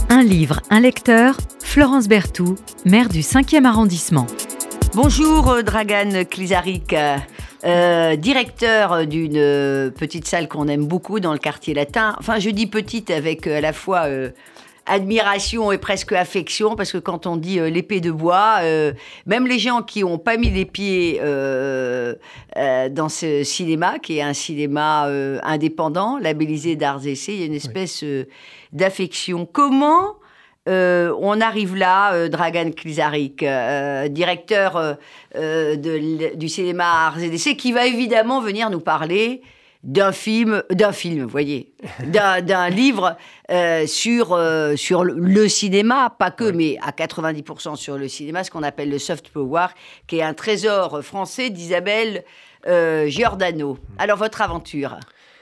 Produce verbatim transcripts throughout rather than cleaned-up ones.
Un livre, un lecteur, Florence Berthoud, maire du cinquième arrondissement. Bonjour euh, Dragan Klizarik, euh, directeur d'une euh, petite salle qu'on aime beaucoup dans le quartier latin. Enfin, je dis petite avec euh, à la fois euh, admiration et presque affection, parce que quand on dit euh, l'épée de bois, euh, même les gens qui n'ont pas mis les pieds euh, euh, dans ce cinéma, qui est un cinéma euh, indépendant, labellisé d'Arts Essai, il y a une espèce euh, d'affection. Comment Euh, on arrive là, euh, Dragan Klizarik, euh, directeur euh, euh, de, du cinéma Arts Essai, qui va évidemment venir nous parler d'un film, d'un film, vous voyez, d'un, d'un livre euh, sur, euh, sur le cinéma, pas que, oui. mais à quatre-vingt-dix pour cent sur le cinéma, ce qu'on appelle le soft power, qui est un trésor français d'Isabelle euh, Giordano. Alors, votre aventure ?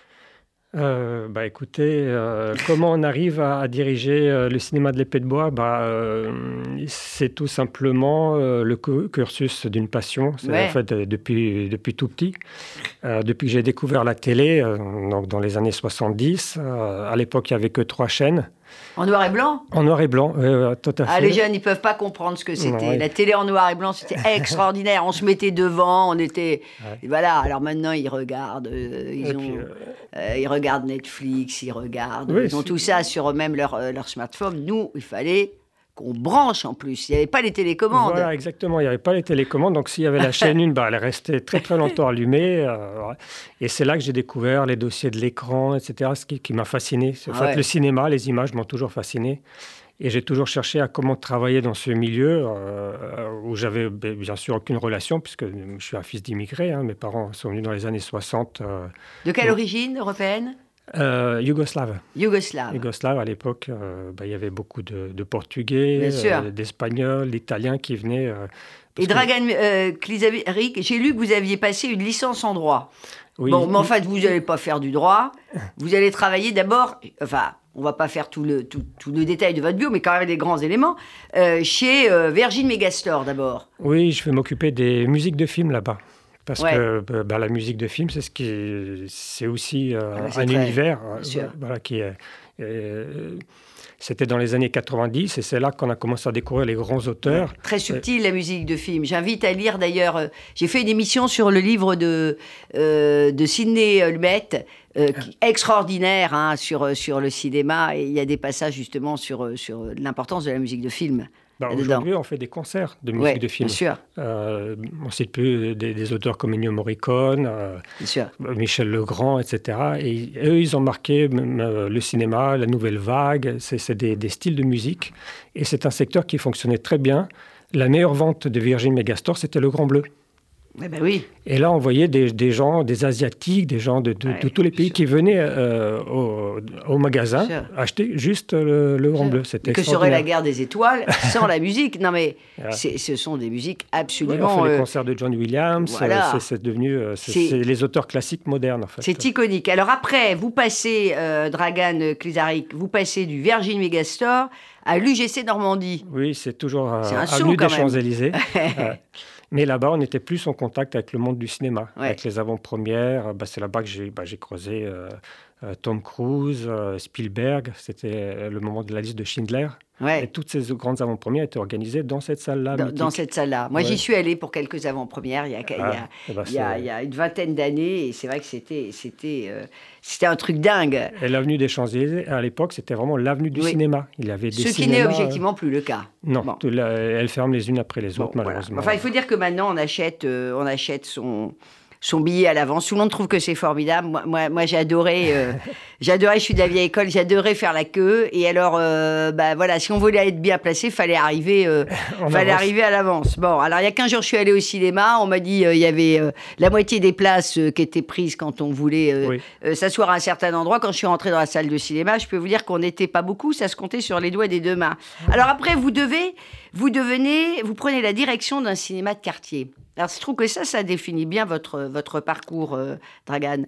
Euh, bah écoutez, euh, comment on arrive à, à diriger euh, le cinéma de l'épée de bois, bah, euh, c'est tout simplement euh, le cu- cursus d'une passion. C'est ouais. en fait euh, depuis, depuis tout petit. Euh, depuis que j'ai découvert la télé, euh, donc dans les années soixante-dix, euh, à l'époque il n'y avait que trois chaînes. En noir et blanc ? En noir et blanc, euh, tout à fait. Ah, les jeunes, ils ne peuvent pas comprendre ce que c'était. Non, ouais. La télé en noir et blanc, c'était extraordinaire. On se mettait devant, on était... Ouais. Voilà, alors maintenant, ils regardent, euh, ils, ont, puis, euh... Euh, ils regardent Netflix, ils regardent... Oui, ils ont c'est... tout ça sur même leur, euh, leur smartphone. Nous, il fallait qu'on branche en plus. Il n'y avait pas les télécommandes. Voilà, exactement. Il n'y avait pas les télécommandes. Donc, s'il y avait la chaîne une, bah, elle restait très, très longtemps allumée. Euh, et c'est là que j'ai découvert les dossiers de l'écran, et cetera, ce qui, qui m'a fasciné. En fait, ouais. le cinéma, les images m'ont toujours fasciné. Et j'ai toujours cherché à comment travailler dans ce milieu euh, où j'avais bien sûr aucune relation, puisque je suis un fils d'immigrés. Hein, mes parents sont venus dans les années soixante. Euh, de quelle donc, origine européenne ? Euh, Yougoslave. Yougoslave. Yougoslave, à l'époque, euh, bah, il y avait beaucoup de, de Portugais, euh, d'Espagnols, d'Italiens qui venaient. Euh, Et Dragan euh, Klizarik, j'ai lu que vous aviez passé une licence en droit. Oui. Bon, mais en fait, vous n'allez pas faire du droit. Vous allez travailler d'abord, enfin, on ne va pas faire tout le, tout, tout le détail de votre bio, mais quand même des grands éléments, euh, chez euh, Virgin Megastore d'abord. Oui, je vais m'occuper des musiques de films là-bas. Parce ouais. que bah, la musique de film, c'est, ce qui est, c'est aussi euh, ah, c'est un très, univers euh, voilà, qui est... Euh, c'était dans les années quatre-vingt-dix et c'est là qu'on a commencé à découvrir les grands auteurs. Ouais, très subtil, euh, la musique de film. J'invite à lire d'ailleurs... Euh, j'ai fait une émission sur le livre de, euh, de Sidney Lumet, euh, qui, extraordinaire hein, sur, sur le cinéma. Et il y a des passages justement sur, sur l'importance de la musique de film. Bah, aujourd'hui, on fait des concerts de musique ouais, de film. Bien sûr. Euh, on ne cite plus des, des auteurs comme Ennio Morricone, euh, Michel Legrand, et cetera. Et eux, ils ont marqué même, euh, le cinéma, la nouvelle vague. C'est, c'est des, des styles de musique. Et c'est un secteur qui fonctionnait très bien. La meilleure vente de Virgin Megastore, c'était le Grand Bleu. Eh ben oui. Et là, on voyait des, des gens, des Asiatiques, des gens de, de, ouais, de tous les pays sûr. qui venaient euh, au, au magasin acheter juste le, le Grand Bleu. C'était que serait la guerre des étoiles sans la musique. Non mais ouais. c'est, ce sont des musiques absolument... Ouais, on fait euh... les concerts de John Williams, voilà. c'est, c'est devenu euh, c'est, c'est... c'est les auteurs classiques modernes en fait. C'est iconique. Alors après, vous passez, euh, Dragan Klizarik, vous passez du Virgin Megastore à l'U G C Normandie. Oui, c'est toujours euh, c'est un avenue des même. Champs-Élysées. euh, Mais là-bas, on était plus en contact avec le monde du cinéma, ouais. avec les avant-premières. Bah, c'est là-bas que j'ai, bah, j'ai creusé euh, euh, Tom Cruise, euh, Spielberg. C'était le moment de la liste de Schindler. Ouais. Et toutes ces grandes avant-premières étaient organisées dans cette salle-là. Dans, dans cette salle-là. Moi, ouais. j'y suis allée pour quelques avant-premières il y a, ah, il y a, eh ben, il y a, il y a une vingtaine d'années. Et c'est vrai que c'était, c'était, euh, c'était un truc dingue. Et l'avenue des Champs-Élysées, à l'époque, c'était vraiment l'avenue du oui. cinéma. Il y avait des Ce cinémas, qui n'est objectivement plus le cas. Non, bon. la, elles ferment les unes après les autres, bon, malheureusement. Voilà. Enfin, il faut dire que maintenant, on achète, euh, on achète son... son billet à l'avance. Tout le monde trouve que c'est formidable. Moi, moi, moi j'adorais, euh, j'adorais, je suis de la vieille école, j'adorais faire la queue. Et alors, euh, bah, voilà, si on voulait être bien placé, il fallait arriver, euh, fallait arriver à l'avance. Bon, alors il y a quinze jours, je suis allée au cinéma. On m'a dit il euh, y avait euh, la moitié des places euh, qui étaient prises quand on voulait euh, oui. euh, s'asseoir à un certain endroit. Quand je suis rentrée dans la salle de cinéma, je peux vous dire qu'on n'était pas beaucoup. Ça se comptait sur les doigts des deux mains. Alors après, vous devez, vous devenez, vous prenez la direction d'un cinéma de quartier. Alors, je trouve que ça, ça définit bien votre, votre parcours, euh, Dragan.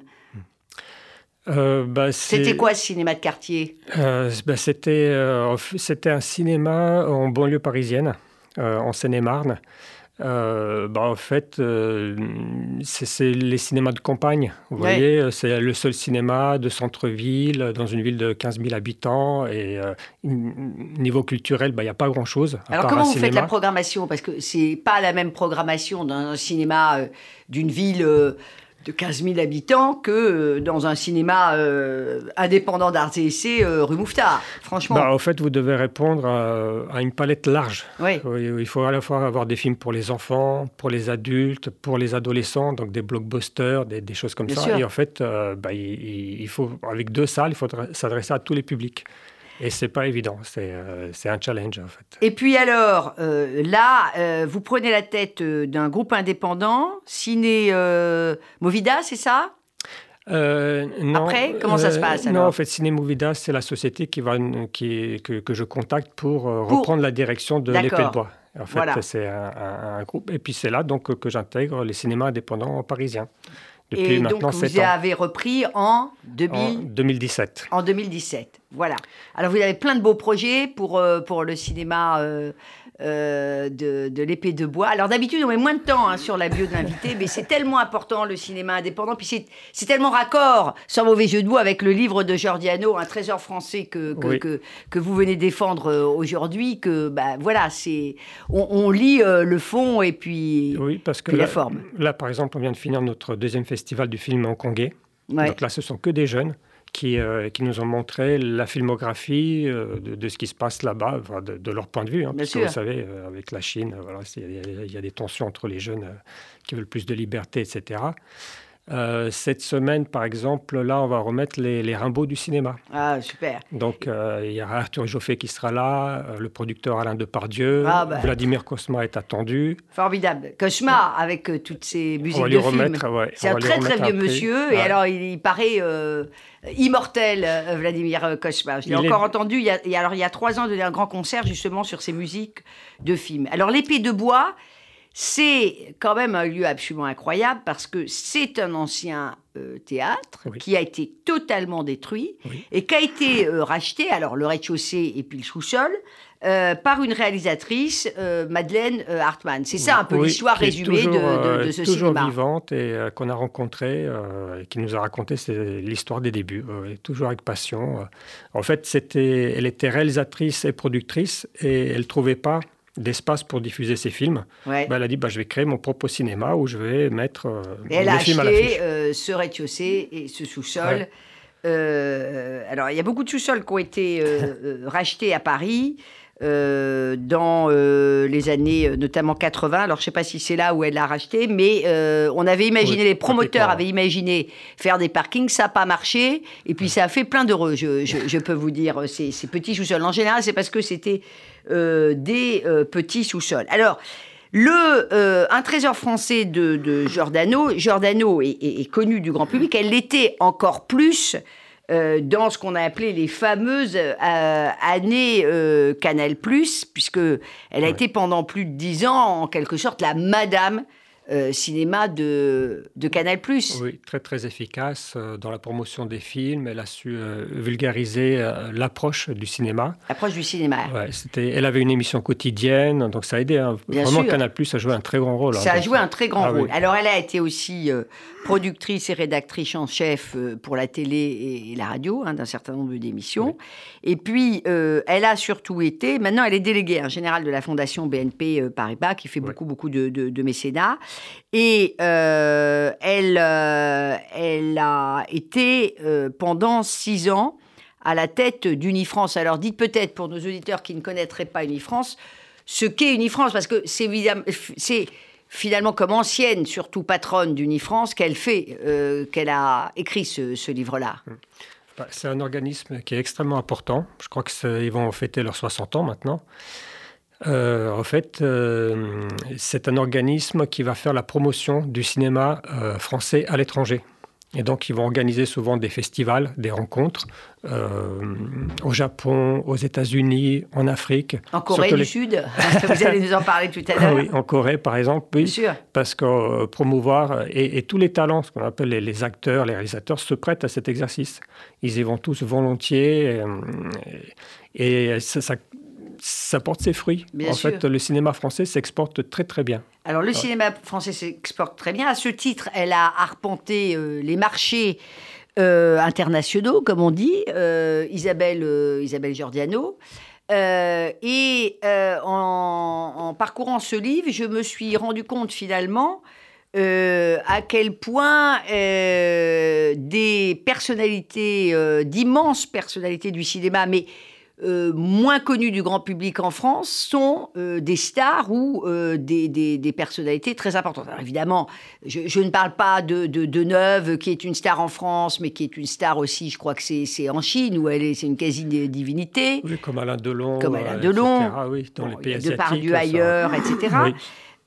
Euh, bah, c'était quoi ce cinéma de quartier ? euh, bah, c'était, euh, c'était un cinéma en banlieue parisienne, euh, en Seine-et-Marne. Euh, bah, en fait, euh, c'est, c'est les cinémas de campagne. Vous Ouais. voyez, c'est le seul cinéma de centre-ville, dans une ville de quinze mille habitants. Et euh, niveau culturel, bah, il n'y a pas grand-chose. Alors, comment vous cinéma. faites la programmation? Parce que c'est pas la même programmation dans un cinéma euh, d'une ville euh, de quinze mille habitants que euh, dans un cinéma euh, indépendant d'arts et essais euh, rue Mouffetard, franchement. Bah, en fait, vous devez répondre à, à une palette large. Oui. Il faut à la fois avoir des films pour les enfants, pour les adultes, pour les adolescents, donc des blockbusters, des, des choses comme Bien ça. sûr. Et en fait, euh, bah, il, il faut, avec deux salles, il faut s'adresser à tous les publics. Et c'est pas évident, c'est, euh, c'est un challenge en fait. Et puis alors, euh, là, euh, vous prenez la tête d'un groupe indépendant, Ciné euh, Movida, c'est ça? Euh, non, Après, comment ça se passe alors? Non, en fait, Ciné Movida, c'est la société qui va, qui, que, que je contacte pour, euh, pour... reprendre la direction de l'Épée de Bois. En fait, voilà. C'est un, un, un groupe. Et puis c'est là donc, que j'intègre les cinémas indépendants parisiens. Depuis Et maintenant donc, vous sept ans. avez repris en, deux mille... en deux mille dix-sept. En deux mille dix-sept, voilà. Alors, vous avez plein de beaux projets pour, euh, pour le cinéma euh, euh, de, de l'Épée de Bois. Alors, d'habitude, on met moins de temps hein, sur la bio de l'invité, mais c'est tellement important, le cinéma indépendant. Puis, c'est, c'est tellement raccord, sans mauvais jeu de mots, avec le livre de Giordano, Un trésor français, que, que, oui. que, que vous venez défendre aujourd'hui, que, bah, voilà, c'est... On, on lit euh, le fond et puis, oui, parce que puis là, la forme. Là, par exemple, on vient de finir notre deuxième festival du film hongkongais. Ouais. Donc là, ce sont que des jeunes qui, euh, qui nous ont montré la filmographie euh, de, de ce qui se passe là-bas, enfin, de, de leur point de vue. Hein, parce que vous savez, euh, avec la Chine, euh, voilà, il y, y a des tensions entre les jeunes euh, qui veulent plus de liberté, et cetera. Euh, cette semaine, par exemple, là, on va remettre les, les Rimbaud du cinéma. Ah, super. Donc, euh, il y aura Arthur Joffé qui sera là, euh, le producteur Alain Depardieu, ah, bah. Vladimir Cosma est attendu. Formidable. Cosma, ouais. avec euh, toutes ses musiques on va de lui remettre, film. Ouais, c'est un très, très vieux monsieur. Ouais. Et alors, il, il paraît euh, immortel, euh, Vladimir Cosma. Je l'ai il encore est... entendu. Il y, a, il, y a, alors, il y a trois ans, donné un grand concert, justement, sur ses musiques de film. Alors, l'Épée de Bois... C'est quand même un lieu absolument incroyable parce que c'est un ancien euh, théâtre oui. qui a été totalement détruit oui. et qui a été euh, racheté, alors le rez-de-chaussée et puis le sous-sol, euh, par une réalisatrice, euh, Madeleine euh, Hartmann. C'est ça un peu oui, l'histoire résumée toujours, de, de, de ce toujours cinéma. Toujours vivante et euh, qu'on a rencontrée euh, et qui nous a raconté c'est l'histoire des débuts, euh, toujours avec passion. En fait, c'était, elle était réalisatrice et productrice et elle ne trouvait pas d'espace pour diffuser ses films. Ouais. Ben, elle a dit bah, je vais créer mon propre cinéma où je vais mettre euh, et mes films à l'affiche. Elle a acheté euh, ce rez-de-chaussée et ce sous-sol. Ouais. Euh, alors, il y a beaucoup de sous-sols qui ont été euh, rachetés à Paris euh, dans euh, les années notamment quatre-vingts. Alors, je ne sais pas si c'est là où elle l'a racheté, mais euh, on avait imaginé, oui, les promoteurs avaient imaginé faire des parkings, ça n'a pas marché. Et puis, ça a fait plein d'heureux, je, je, je peux vous dire, ces, ces petits sous-sols. En général, c'est parce que c'était euh, des euh, petits sous-sols. Alors, Le, euh, un trésor français de, de Giordano, Giordano est, est, est connu du grand public, elle l'était encore plus euh, dans ce qu'on a appelé les fameuses euh, années euh, Canal+, puisqu'elle a ouais. été pendant plus de dix ans, en quelque sorte, la madame Euh, cinéma de, de Canal+. Oui, très très efficace euh, dans la promotion des films. Elle a su euh, vulgariser euh, l'approche du cinéma. L'approche du cinéma. Ouais, c'était, elle avait une émission quotidienne, donc ça a aidé. Hein. Vraiment, sûr. Canal+ a joué un très grand rôle. Ça hein, a joué un très grand ah, rôle. Oui. Alors, elle a été aussi euh, productrice et rédactrice en chef euh, pour la télé et, et la radio, hein, d'un certain nombre d'émissions. Oui. Et puis, euh, elle a surtout été... Maintenant, elle est déléguée hein, générale de la Fondation B N P euh, Paribas, qui fait oui. beaucoup, beaucoup de, de, de mécénat. Et euh, elle, euh, elle a été euh, pendant six ans à la tête d'Unifrance. Alors dites peut-être pour nos auditeurs qui ne connaîtraient pas Unifrance, ce qu'est Unifrance, parce que c'est, c'est finalement comme ancienne, surtout patronne d'Unifrance, qu'elle fait, euh, qu'elle a écrit ce, ce livre-là. C'est un organisme qui est extrêmement important. Je crois qu'ils vont fêter leurs soixante ans maintenant. Euh, en fait, euh, c'est un organisme qui va faire la promotion du cinéma euh, français à l'étranger. Et donc, ils vont organiser souvent des festivals, des rencontres euh, au Japon, aux États-Unis, en Afrique. En Corée du les... Sud, vous allez nous en parler tout à l'heure. Oui, en Corée, par exemple, oui. Bien sûr. Parce que euh, promouvoir, et, et tous les talents, ce qu'on appelle les, les acteurs, les réalisateurs, se prêtent à cet exercice. Ils y vont tous volontiers. Et, et ça, ça ça porte ses fruits. Bien en sûr. fait, le cinéma français s'exporte très très bien. Alors, le Ouais. cinéma français s'exporte très bien. À ce titre, elle a arpenté euh, les marchés euh, internationaux, comme on dit, euh, Isabelle, euh, Isabelle Giordano. Euh, et euh, en, en parcourant ce livre, je me suis rendu compte finalement euh, à quel point euh, des personnalités, euh, d'immenses personnalités du cinéma, mais euh, moins connues du grand public en France, sont euh, des stars ou euh, des, des, des personnalités très importantes. Alors évidemment, je, je ne parle pas de, de, de Neuve, qui est une star en France, mais qui est une star aussi, je crois que c'est, c'est en Chine, où elle est, c'est une quasi-divinité. Oui, comme Alain Delon. Comme Alain euh, Delon. et cetera, oui, dans Bon, les pays il y a asiatiques. Depardieu ça- ailleurs, et cetera. Oui.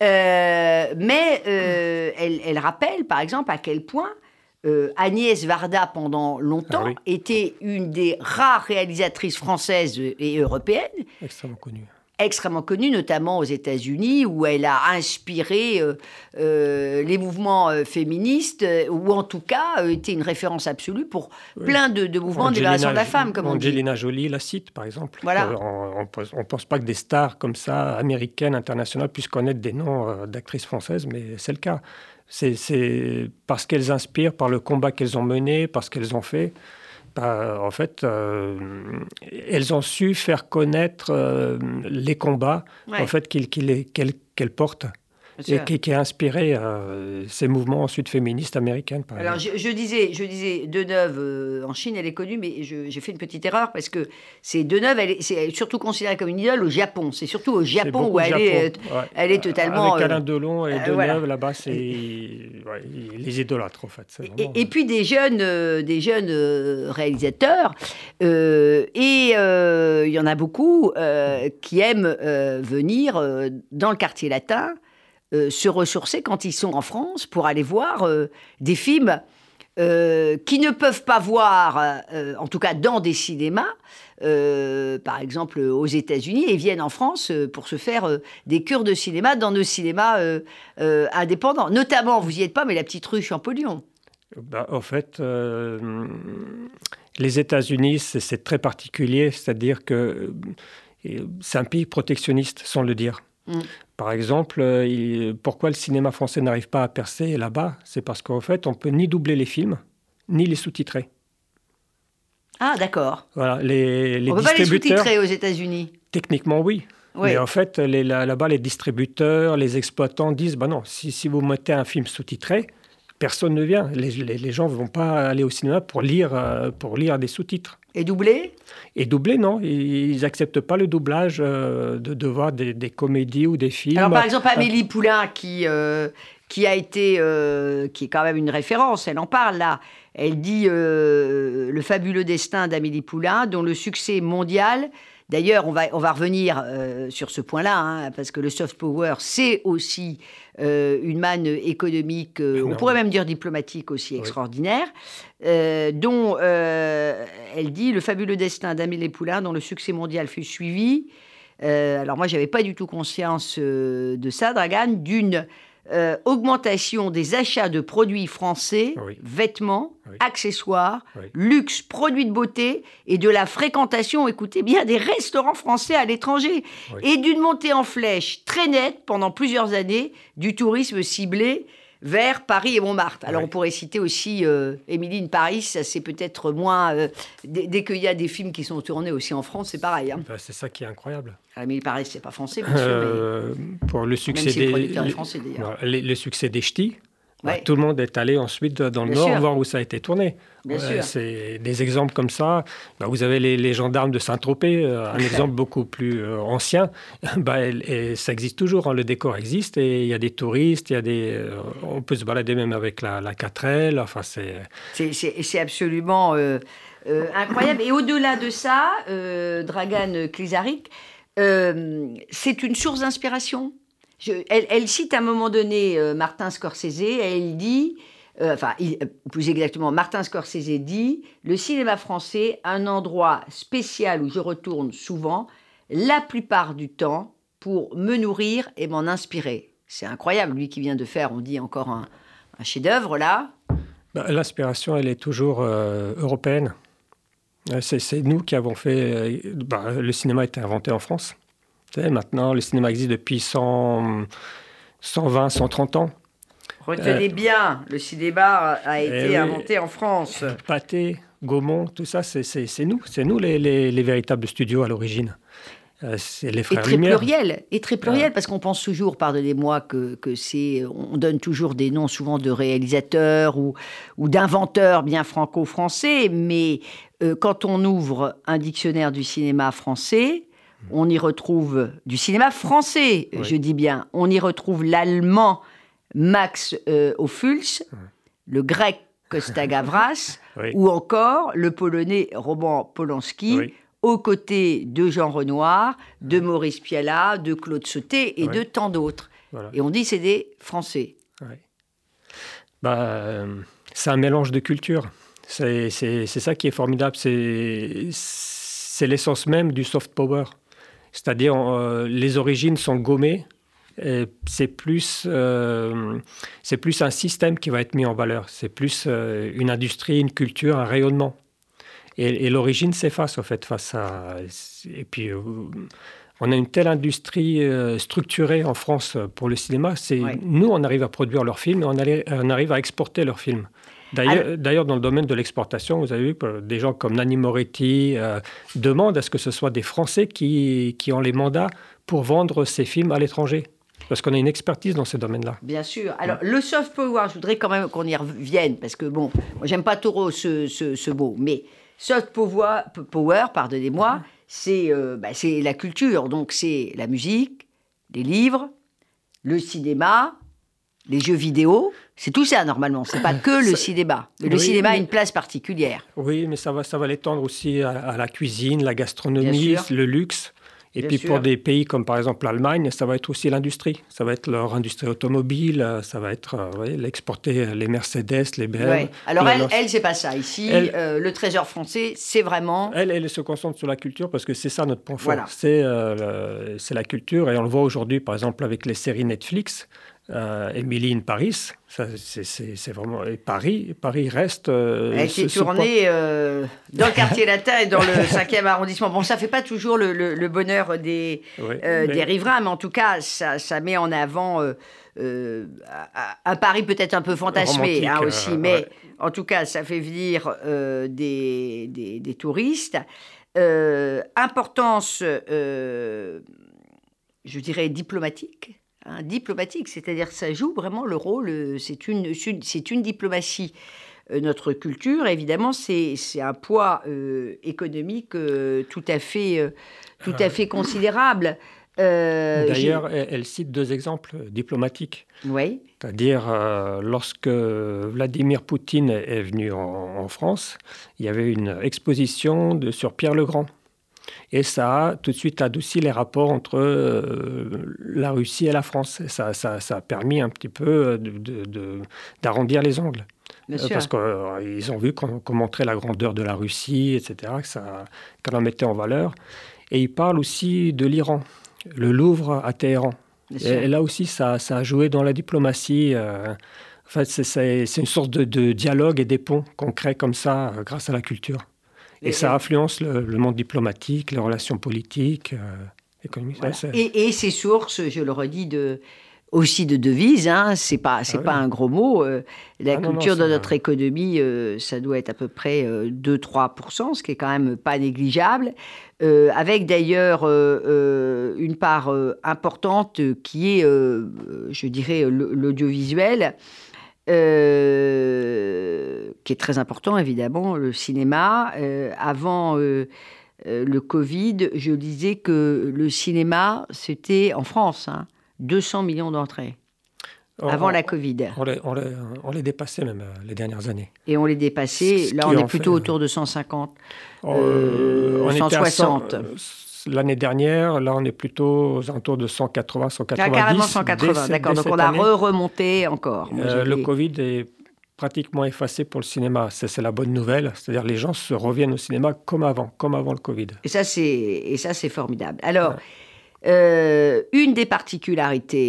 Euh, mais euh, elle, elle rappelle, par exemple, à quel point euh, Agnès Varda, pendant longtemps, Ah oui. était une des rares réalisatrices françaises et européennes Extrêmement connu. extrêmement connue, notamment aux États-Unis, où elle a inspiré euh, euh, les mouvements euh, féministes, euh, ou en tout cas euh, été une référence absolue pour Oui. plein de, de mouvements de libération de la femme, comme on dit. Angelina Jolie la cite, par exemple. Voilà. Euh, on ne pense pas que des stars comme ça, américaines, internationales, puissent connaître des noms euh, d'actrices françaises, mais c'est le cas. C'est, c'est parce qu'elles inspirent, par le combat qu'elles ont mené, parce qu'elles ont fait. Bah, en fait, euh, elles ont su faire connaître euh, les combats Ouais. en fait, qu'ils- qu'ils- qu'elles, qu'elles portent. Bien Et sûr. qui, qui a inspiré euh, ces mouvements ensuite féministes américaines, par Alors, exemple. je, je disais, je disais Deneuve euh, en Chine, elle est connue, mais je- j'ai fait une petite erreur parce que c'est Deneuve, elle est, c'est surtout considérée comme une idole au Japon. C'est surtout au C'est Japon beaucoup où le elle, Japon, est, euh, ouais. elle est totalement. Avec euh, Alain Delon et euh, Deneuve, voilà. là-bas, c'est ouais, ils les idolâtres, en fait. C'est Et, vraiment- et puis des jeunes, euh, des jeunes euh, réalisateurs, euh, et euh, il y en a beaucoup euh, qui aiment euh, venir euh, dans le quartier latin, euh, se ressourcer quand ils sont en France pour aller voir euh, des films euh, qui ne peuvent pas voir, euh, en tout cas dans des cinémas, euh, par exemple aux États-Unis, et viennent en France euh, pour se faire euh, des cures de cinéma dans nos cinémas euh, euh, indépendants. Notamment, vous y êtes pas, mais La Petite Rue Champollion. Bah, en fait, euh, les États-Unis, c'est, c'est très particulier, c'est-à-dire que euh, c'est un pays protectionniste, sans le dire. Mm. Par exemple, euh, il- pourquoi le cinéma français n'arrive pas à percer là-bas? C'est parce qu'en fait, on peut ni doubler les films, ni les sous-titrer. Ah, d'accord. Voilà, les, les On ne peut pas les distributeurs, sous-titrer aux États-Unis. techniquement, oui. Oui. Mais en fait, les- là- là-bas, les distributeurs, les exploitants disent, bah non, si, si vous mettez un film sous-titré, personne ne vient. Les, les- les gens ne vont pas aller au cinéma pour lire, euh, pour lire des sous-titres. Et doublé? Et doubler, non. Ils n'acceptent pas le doublage euh, de, de voir des, des comédies ou des films. Alors, par exemple, Amélie Poulain, qui, euh, qui a été, euh, qui est quand même une référence, elle en parle là. Elle dit euh, Le fabuleux destin d'Amélie Poulain, dont le succès mondial. D'ailleurs, on va, on va revenir euh, sur ce point-là, hein, parce que le soft power, c'est aussi euh, une manne économique, euh, on Non. pourrait même dire diplomatique aussi Oui. extraordinaire, euh, dont euh, elle dit Le fabuleux destin d'Amélie Poulain, dont le succès mondial fut suivi. Euh, alors moi, j'avais pas du tout conscience euh, de ça, Dragan, d'une euh, augmentation des achats de produits français, Oui. vêtements, Oui. accessoires, Oui. luxe, produits de beauté, et de la fréquentation, écoutez bien, des restaurants français à l'étranger, Oui. et d'une montée en flèche très nette pendant plusieurs années du tourisme ciblé vers Paris et Montmartre. Alors Oui. on pourrait citer aussi euh, Émilie in Paris, ça c'est peut-être moins... euh, dès, dès qu'il y a des films qui sont tournés aussi en France, c'est pareil. Hein. Ben, c'est ça qui est incroyable. Émilie in Paris, c'est pas français, bien sûr, Euh, pour le succès si le des producteur est les- français, d'ailleurs. non, les- le succès des ch'tis, bah, Ouais. tout le monde est allé ensuite dans le Bien Nord sûr. voir où ça a été tourné. Bien Ouais, sûr. C'est des exemples comme ça. Bah, vous avez les, les gendarmes de Saint-Tropez, euh, un exemple beaucoup plus euh, ancien. Bah, et, et ça existe toujours, hein, le décor existe et il y a des touristes, il y a des, euh, on peut se balader même avec la, la quatrelle. Enfin, c'est C'est- C'est c'est absolument euh, euh, incroyable. Et au-delà de ça, euh, Dragan Klizarik, euh, c'est une source d'inspiration. Je- elle, elle cite à un moment donné euh, Martin Scorsese, et elle dit, euh, enfin, il- euh, plus exactement, Martin Scorsese dit « Le cinéma français, un endroit spécial où je retourne souvent, la plupart du temps, pour me nourrir et m'en inspirer. » C'est incroyable, lui qui vient de faire, on dit encore un, un chef-d'œuvre, là. bah, l'inspiration, elle est toujours euh, européenne. Euh, C'est, c'est nous qui avons fait. euh, bah, le cinéma a été inventé en France. Tu sais, maintenant, le cinéma existe depuis cent, cent vingt, cent trente ans. Retenez euh, bien, le cinéma a été oui, inventé en France. Pathé, Gaumont, tout ça, c'est, c'est, c'est nous. C'est nous les, les, les véritables studios à l'origine. Euh, c'est les frères et très Lumière. Pluriel, et très pluriel, ah. parce qu'on pense toujours, pardonnez-moi, que, que c'est, on donne toujours des noms souvent de réalisateurs ou, ou d'inventeurs bien franco-français, mais euh, quand on ouvre un dictionnaire du cinéma français, on y retrouve du cinéma français, oui. je dis bien, on y retrouve l'allemand Max euh, Ophuls, oui. le grec Costa Gavras, oui. ou encore le polonais Roman Polanski, oui. aux côtés de Jean Renoir, de Maurice Pialat, de Claude Sautet et ouais. de tant d'autres. Voilà. Et on dit que c'est des Français. Ouais. Bah, euh, c'est un mélange de cultures. C'est, c'est, c'est ça qui est formidable. C'est, c'est l'essence même du soft power. C'est-à-dire, euh, les origines sont gommées. Et c'est, plus, euh, c'est plus un système qui va être mis en valeur. C'est plus euh, une industrie, une culture, un rayonnement. Et, et l'origine s'efface, en fait, face à... Et puis, euh, on a une telle industrie euh, structurée en France pour le cinéma. C'est, ouais. Nous, on arrive à produire leurs films et on, allait, on arrive à exporter leurs films. D'ailleurs, Alors... d'ailleurs, dans le domaine de l'exportation, vous avez vu que des gens comme Nanni Moretti euh, demandent à ce que ce soit des Français qui, qui ont les mandats pour vendre ces films à l'étranger. Parce qu'on a une expertise dans ces domaines-là. Bien sûr. Alors, ouais. le soft power, je voudrais quand même qu'on y revienne, parce que, bon, moi, j'aime pas trop ce, ce, ce mot, mais... Soft power, power pardonnez-moi, mmh. c'est, euh, bah, c'est la culture. Donc, c'est la musique, les livres, le cinéma, les jeux vidéo. C'est tout ça, normalement. C'est pas que le ça, cinéma. Le oui, cinéma mais... a une place particulière. Oui, mais ça va, ça va l'étendre aussi à, à la cuisine, la gastronomie, le luxe. Et Bien puis sûr. Pour des pays comme par exemple l'Allemagne, ça va être aussi l'industrie. Ça va être leur industrie automobile, ça va être euh, ouais, l'exporter les Mercedes, les B M. Ouais. Alors elle, elle, c'est pas ça. Ici, elle, euh, le Trésor français, c'est vraiment... Elle, elle se concentre sur la culture parce que c'est ça notre point fort. Voilà. C'est, euh, le, c'est la culture et on le voit aujourd'hui par exemple avec les séries Netflix. Euh, Emily in Paris, ça, c'est, c'est, c'est vraiment... Et Paris, Paris reste... Euh, Elle a été tournée euh, dans le quartier latin et dans le cinquième arrondissement. Bon, ça ne fait pas toujours le, le, le bonheur des, oui, euh, mais... des riverains, mais en tout cas, ça, ça met en avant euh, euh, un Paris peut-être un peu fantasmé hein, aussi, euh, mais ouais. en tout cas, ça fait venir euh, des, des, des touristes. Euh, importance, euh, je dirais, diplomatique. Hein, diplomatique, c'est-à-dire que ça joue vraiment le rôle, c'est une, c'est une diplomatie. Euh, notre culture, évidemment, c'est, c'est un poids euh, économique euh, tout à fait, euh, tout à fait considérable. Euh, D'ailleurs, j'ai... elle cite deux exemples diplomatiques. Oui. C'est-à-dire, euh, lorsque Vladimir Poutine est venu en, en France, il y avait une exposition de, sur Pierre le Grand. Et ça a tout de suite adouci les rapports entre euh, la Russie et la France. Et ça, ça, ça a permis un petit peu de, de, de, d'arrondir les angles. Bien euh, sûr. Parce qu'ils euh, ont vu qu'on, qu'on montrait la grandeur de la Russie, et cetera, que ça, qu'on en mettait en valeur. Et ils parlent aussi de l'Iran, le Louvre à Téhéran. Et, et là aussi, ça, ça a joué dans la diplomatie. Euh, en fait, c'est, c'est, c'est une sorte de, de dialogue et des ponts qu'on crée comme ça euh, grâce à la culture. Et, et ça influence le, le monde diplomatique, les relations politiques, euh, économiques. Voilà. C'est... Et, et c'est source, je le redis, de, aussi de devises. Hein. C'est pas, c'est ah, pas oui. un gros mot. Euh, la ah, culture non, non, de notre un... économie, euh, ça doit être à peu près euh, deux à trois pour cent, ce qui est quand même pas négligeable. Euh, avec d'ailleurs euh, euh, une part euh, importante qui est, euh, je dirais, l'audiovisuel. Euh, qui est très important, évidemment, le cinéma. Euh, avant euh, euh, le Covid, je disais que le cinéma, c'était, en France, hein, deux cents millions d'entrées. On, avant on, la Covid. On les, on, les, on les dépassait même euh, les dernières années. Et on les dépassait. Là, on est plutôt fait, autour de cent cinquante, euh, euh, cent soixante. cent, euh, L'année dernière, là, on est plutôt aux alentours de cent quatre-vingts, cent quatre-vingt-dix. Ah, carrément cent quatre-vingts, dès, d'accord. Dès donc, on a re-remonté encore. Moi, euh, le Covid est pratiquement effacé pour le cinéma. C'est, c'est la bonne nouvelle. C'est-à-dire les gens se reviennent au cinéma comme avant, comme avant le Covid. Et ça, c'est, et ça, c'est formidable. Alors, ouais. euh, une des particularités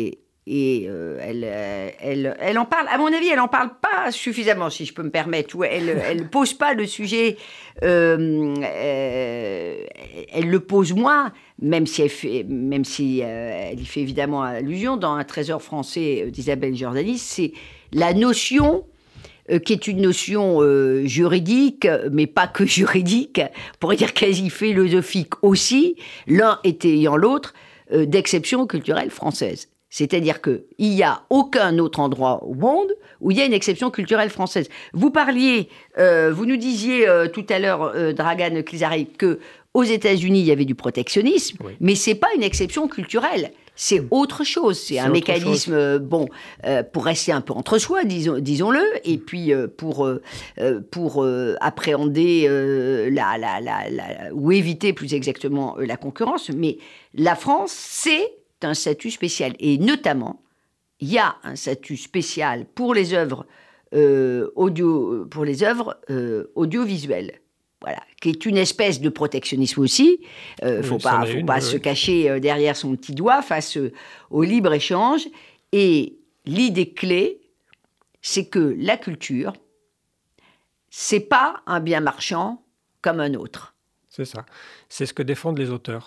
Et euh, elle, elle, elle en parle, à mon avis, elle n'en parle pas suffisamment, si je peux me permettre. Ou elle ne pose pas le sujet, euh, euh, elle le pose moins, même si, elle, fait, même si euh, elle y fait évidemment allusion dans Un trésor français d'Isabelle Jordanis. C'est la notion, euh, qui est une notion euh, juridique, mais pas que juridique, on pourrait dire quasi philosophique aussi, l'un étayant l'autre, euh, d'exception culturelle française. C'est-à-dire qu'il n'y a aucun autre endroit au monde où il y a une exception culturelle française. Vous parliez, euh, vous nous disiez euh, tout à l'heure, euh, Dragan Klisari, qu'aux États-Unis, il y avait du protectionnisme, oui. mais ce n'est pas une exception culturelle. C'est autre chose. C'est, c'est un mécanisme, euh, bon, euh, pour rester un peu entre soi, disons, disons-le, et puis euh, pour, euh, pour euh, appréhender euh, la, la, la, la, ou éviter plus exactement euh, la concurrence. Mais la France, c'est un statut spécial. Et notamment, il y a un statut spécial pour les œuvres, euh, audio, pour les œuvres euh, audiovisuelles. Voilà, qui est une espèce de protectionnisme aussi. Il euh, ne faut oui, pas, faut une, pas oui, se oui. cacher derrière son petit doigt face au libre-échange. Et l'idée clé, c'est que la culture, ce n'est pas un bien marchand comme un autre. C'est ça. C'est ce que défendent les auteurs.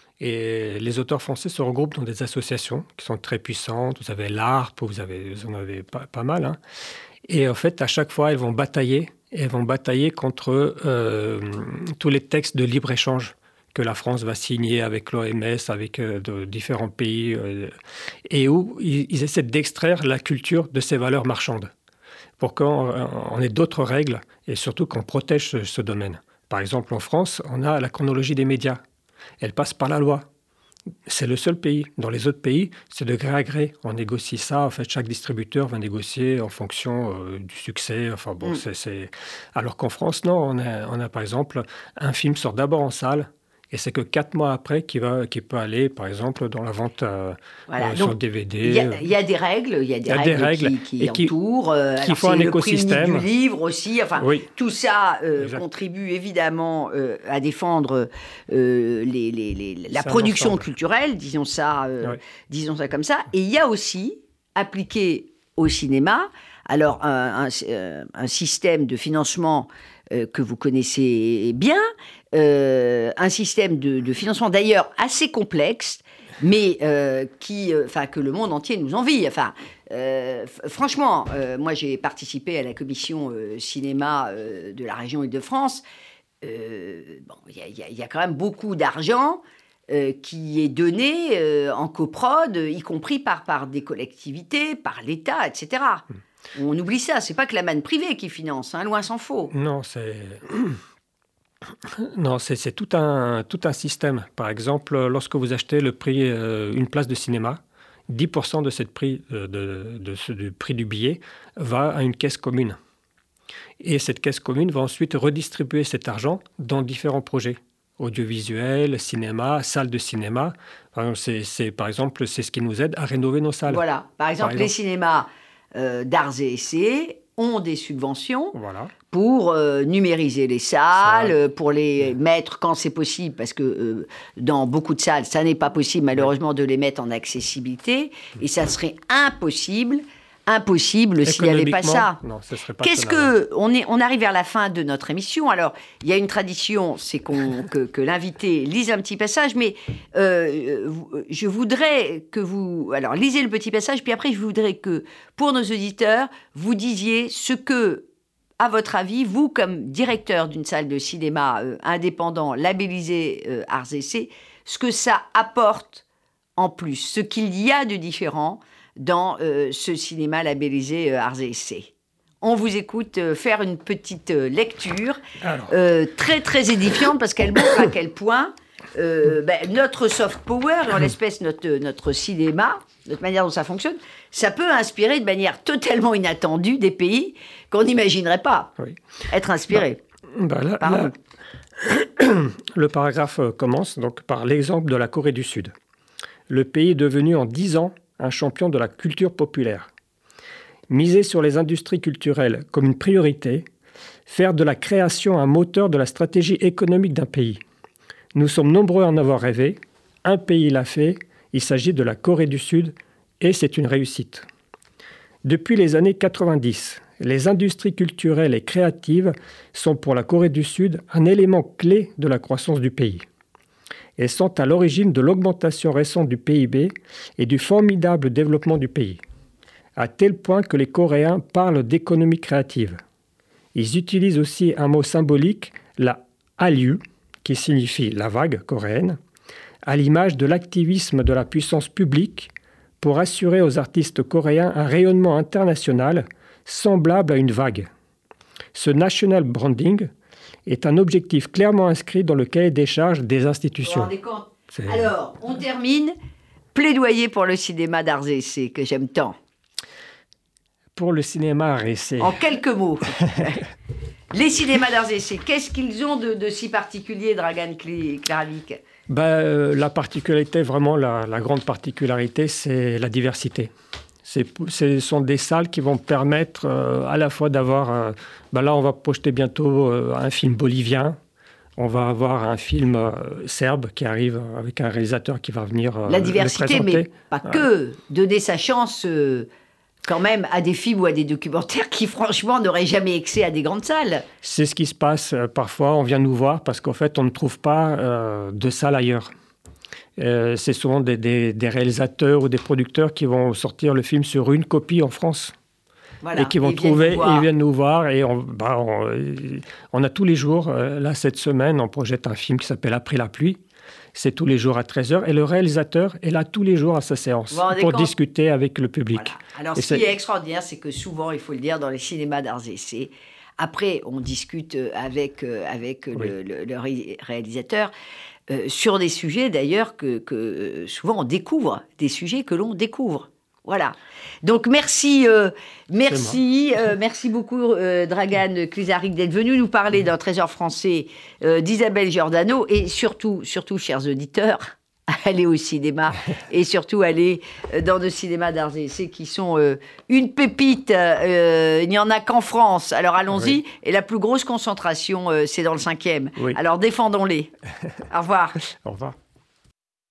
Et les auteurs français se regroupent dans des associations qui sont très puissantes. Vous avez l'A R P, vous, avez, vous en avez pas, pas mal. Hein. Et en fait, à chaque fois, elles vont batailler. Elles vont batailler contre euh, tous les textes de libre-échange que la France va signer avec l'O M S, avec euh, de, différents pays, euh, et où ils, ils essaient d'extraire la culture de ces valeurs marchandes pour qu'on on ait d'autres règles et surtout qu'on protège ce, ce domaine. Par exemple, en France, on a la chronologie des médias. Elle passe par la loi. C'est le seul pays. Dans les autres pays, c'est de gré à gré. On négocie ça. En fait, chaque distributeur va négocier en fonction euh, du succès. Enfin bon, mmh. c'est, c'est... Alors qu'en France, non. On a, on a par exemple, un film sort d'abord en salle. Et c'est que quatre mois après qu'il, va, qu'il peut aller, par exemple, dans la vente euh, voilà. euh, sur D V D. Il y, a, il y a des règles, il y a des, y a règles, des règles qui, qui entourent. Euh, qui font un écosystème. Le prix du livre aussi. Enfin, oui. Tout ça euh, contribue évidemment euh, à défendre euh, les, les, les, la c'est production ensemble. culturelle, disons ça, euh, oui. disons ça comme ça. Et il y a aussi, appliqué au cinéma, alors un, un, un système de financement euh, que vous connaissez bien, Euh, un système de, de financement d'ailleurs assez complexe, mais euh, qui, enfin, euh, que le monde entier nous envie. Enfin, euh, f- franchement, euh, moi j'ai participé à la commission euh, cinéma euh, de la région Île-de-France. Euh, bon, il y, y, y a quand même beaucoup d'argent euh, qui est donné euh, en coprod, y compris par, par des collectivités, par l'État, et cetera. Mmh. On oublie ça. C'est pas que la manne privée qui finance, hein, loin s'en faut. Non, c'est Non, c'est, c'est tout, un, tout un système. Par exemple, lorsque vous achetez le prix, euh, une place de cinéma, dix pour cent de cette prix, de, de, de ce, du prix du billet va à une caisse commune. Et cette caisse commune va ensuite redistribuer cet argent dans différents projets. Audiovisuel, cinéma, salle de cinéma. Par exemple, c'est, c'est, par exemple, c'est ce qui nous aide à rénover nos salles. Voilà. Par exemple, par exemple les cinémas euh, d'arts et essais ont des subventions voilà. pour euh, numériser les salles, ça. pour les ouais. mettre quand c'est possible, parce que euh, dans beaucoup de salles, ça n'est pas possible malheureusement ouais. de les mettre en accessibilité, et ça serait impossible, impossible s'il n'y avait pas ça. Non, ce serait pas Qu'est-ce que on est, on arrive vers la fin de notre émission. Alors, il y a une tradition, c'est qu'on, que, que l'invité lise un petit passage, mais euh, je voudrais que vous, alors lisez le petit passage, puis après je voudrais que pour nos auditeurs, vous disiez ce que, à votre avis, vous comme directeur d'une salle de cinéma euh, indépendant, labellisé euh, Arts et Essais, ce que ça apporte en plus, ce qu'il y a de différent dans euh, ce cinéma labellisé euh, Arts et Essais. On vous écoute euh, faire une petite euh, lecture euh, très très édifiante parce qu'elle montre à quel point euh, ben, notre soft power, en l'espèce notre, notre cinéma, notre manière dont ça fonctionne, ça peut inspirer de manière totalement inattendue des pays qu'on n'imaginerait pas oui. être inspirés. Bah, bah, là, là, le paragraphe commence donc par l'exemple de la Corée du Sud. Le pays est devenu en dix ans un champion de la culture populaire. Miser sur les industries culturelles comme une priorité, faire de la création un moteur de la stratégie économique d'un pays. Nous sommes nombreux à en avoir rêvé. Un pays l'a fait, il s'agit de la Corée du Sud, Et c'est une réussite. Depuis les années quatre-vingt-dix, les industries culturelles et créatives sont pour la Corée du Sud un élément clé de la croissance du pays. Elles sont à l'origine de l'augmentation récente du P I B et du formidable développement du pays, à tel point que les Coréens parlent d'économie créative. Ils utilisent aussi un mot symbolique, la Hallyu, qui signifie la vague coréenne, à l'image de l'activisme de la puissance publique pour assurer aux artistes coréens un rayonnement international semblable à une vague. Ce national branding est un objectif clairement inscrit dans le cahier des charges des institutions. Vous vous rendez compte ? C'est... Alors, on termine. Plaidoyer pour le cinéma d'arts et essais, que j'aime tant. Pour le cinéma arts et essais. En quelques mots. Les cinémas d'arts et essais, qu'est-ce qu'ils ont de, de si particulier, Dragan Klaravik ? Ben, euh, la particularité, vraiment, la, la grande particularité, c'est la diversité. C'est, ce sont des salles qui vont permettre euh, à la fois d'avoir... Euh, ben là, on va projeter bientôt euh, un film bolivien. On va avoir un film euh, serbe qui arrive avec un réalisateur qui va venir euh, la diversité, le présenter. Mais pas que. Donner sa chance euh, quand même à des films ou à des documentaires qui, franchement, n'auraient jamais accès à des grandes salles. C'est ce qui se passe. Euh, parfois, on vient nous voir parce qu'en fait, on ne trouve pas euh, de salle ailleurs. Euh, c'est souvent des, des, des réalisateurs ou des producteurs qui vont sortir le film sur une copie en France. Voilà, et qui vont ils trouver, ils viennent nous voir. Et on, bah, on, on a tous les jours, euh, là, cette semaine, on projette un film qui s'appelle Après la pluie. C'est tous les jours à treize heures. Et le réalisateur est là tous les jours à sa séance pour compte discuter avec le public. Voilà. Alors, et ce c'est... qui est extraordinaire, c'est que souvent, il faut le dire, dans les cinémas d'arts et essais, après, on discute avec, avec oui. le, le, le réalisateur euh, sur des sujets, d'ailleurs, que, que souvent on découvre, des sujets que l'on découvre. Voilà. Donc, merci, euh, merci, euh, merci beaucoup, euh, Dragan Klesarik, d'être venu nous parler d'un trésor français euh, d'Isabelle Giordano. Et surtout, surtout, chers auditeurs, allez au cinéma et surtout allez dans nos cinémas d'arts et essais qui sont euh, une pépite. Euh, il n'y en a qu'en France. Alors, allons-y. Oui. Et la plus grosse concentration, euh, c'est dans le cinquième. Oui. Alors, défendons-les. Au revoir. Au revoir.